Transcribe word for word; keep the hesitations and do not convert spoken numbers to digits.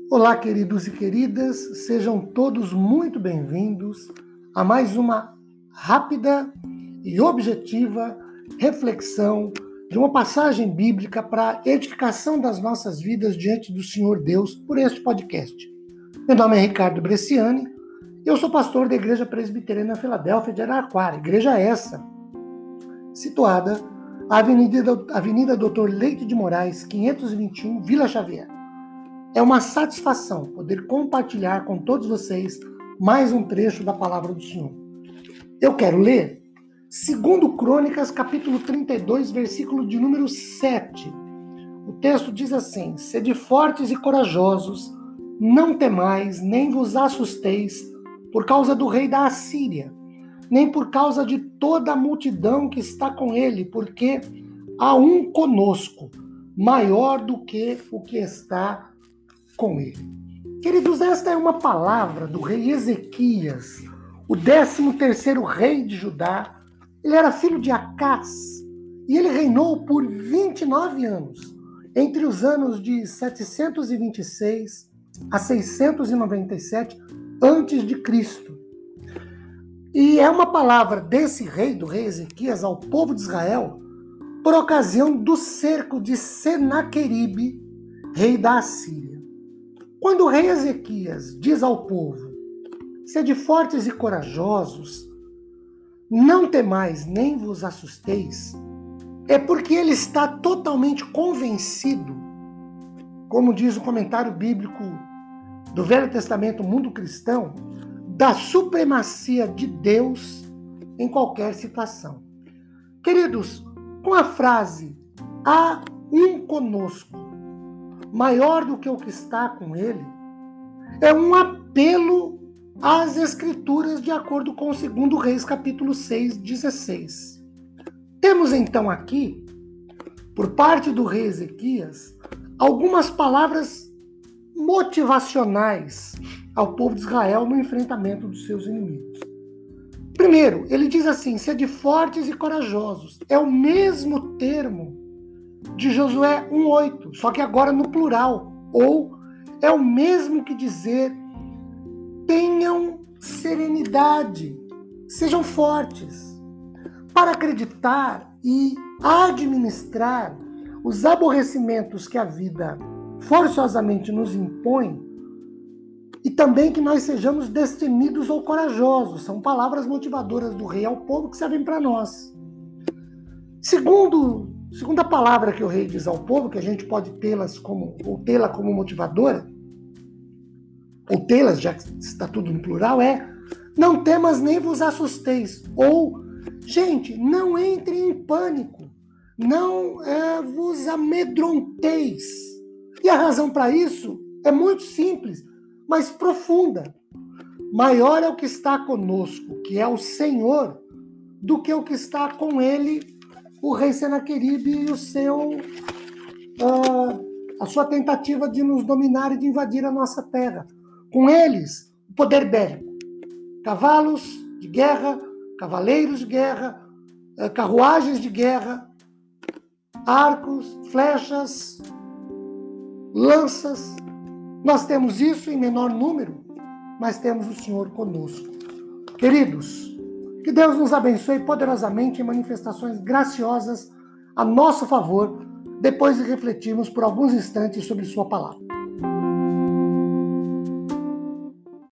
Olá, queridos e queridas, sejam todos muito bem-vindos a mais uma rápida e objetiva reflexão de uma passagem bíblica para a edificação das nossas vidas diante do Senhor Deus por este podcast. Meu nome é Ricardo Bresciani, eu sou pastor da Igreja Presbiteriana Filadélfia de Araraquara, igreja essa, situada na Avenida, Avenida doutor Leite de Moraes, quinhentos e vinte e um, Vila Xavier. É uma satisfação poder compartilhar com todos vocês mais um trecho da palavra do Senhor. Eu quero ler segundo Crônicas, capítulo trinta e dois, versículo de número sete. O texto diz assim: Sede fortes e corajosos, não temais, nem vos assusteis por causa do rei da Assíria, nem por causa de toda a multidão que está com ele, porque há um conosco, maior do que o que está com ele. Queridos, esta é uma palavra do rei Ezequias, o décimo terceiro rei de Judá. Ele era filho de Acás e ele reinou por vinte e nove anos, entre os anos de setecentos e vinte e seis a seiscentos e noventa e sete antes de Cristo. E é uma palavra desse rei, do rei Ezequias, ao povo de Israel, por ocasião do cerco de Senaqueribe, rei da Assíria. Quando o rei Ezequias diz ao povo: Sede fortes e corajosos, não temais nem vos assusteis, é porque ele está totalmente convencido, como diz o comentário bíblico do Velho Testamento Mundo Cristão, da supremacia de Deus em qualquer situação. Queridos, com a frase há um conosco, maior do que o que está com ele, é um apelo às Escrituras de acordo com o segundo Reis, capítulo seis, dezesseis. Temos então aqui, por parte do rei Ezequias, algumas palavras motivacionais ao povo de Israel no enfrentamento dos seus inimigos. Primeiro, ele diz assim: sede fortes e corajosos. É o mesmo termo de Josué um oito, só que agora no plural. Ou é o mesmo que dizer: tenham serenidade, sejam fortes. Para acreditar e administrar os aborrecimentos que a vida forçosamente nos impõe, e também que nós sejamos destemidos ou corajosos. São palavras motivadoras do rei ao povo que servem para nós. Segundo, segunda palavra que o rei diz ao povo, que a gente pode tê-las como, ou tê-la como motivadora, ou tê-las, já que está tudo no plural, é: não temas nem vos assusteis. Ou, gente, não entre em pânico, não é, vos amedronteis. E a razão para isso é muito simples, mas profunda. Maior é o que está conosco, que é o Senhor, do que o que está com ele, o rei Senaqueribe e o seu, uh, a sua tentativa de nos dominar e de invadir a nossa terra. Com eles, o poder bélico. Cavalos de guerra, cavaleiros de guerra, uh, carruagens de guerra, arcos, flechas, lanças. Nós temos isso em menor número, mas temos o Senhor conosco. Queridos, que Deus nos abençoe poderosamente em manifestações graciosas a nosso favor, depois de refletirmos por alguns instantes sobre sua palavra.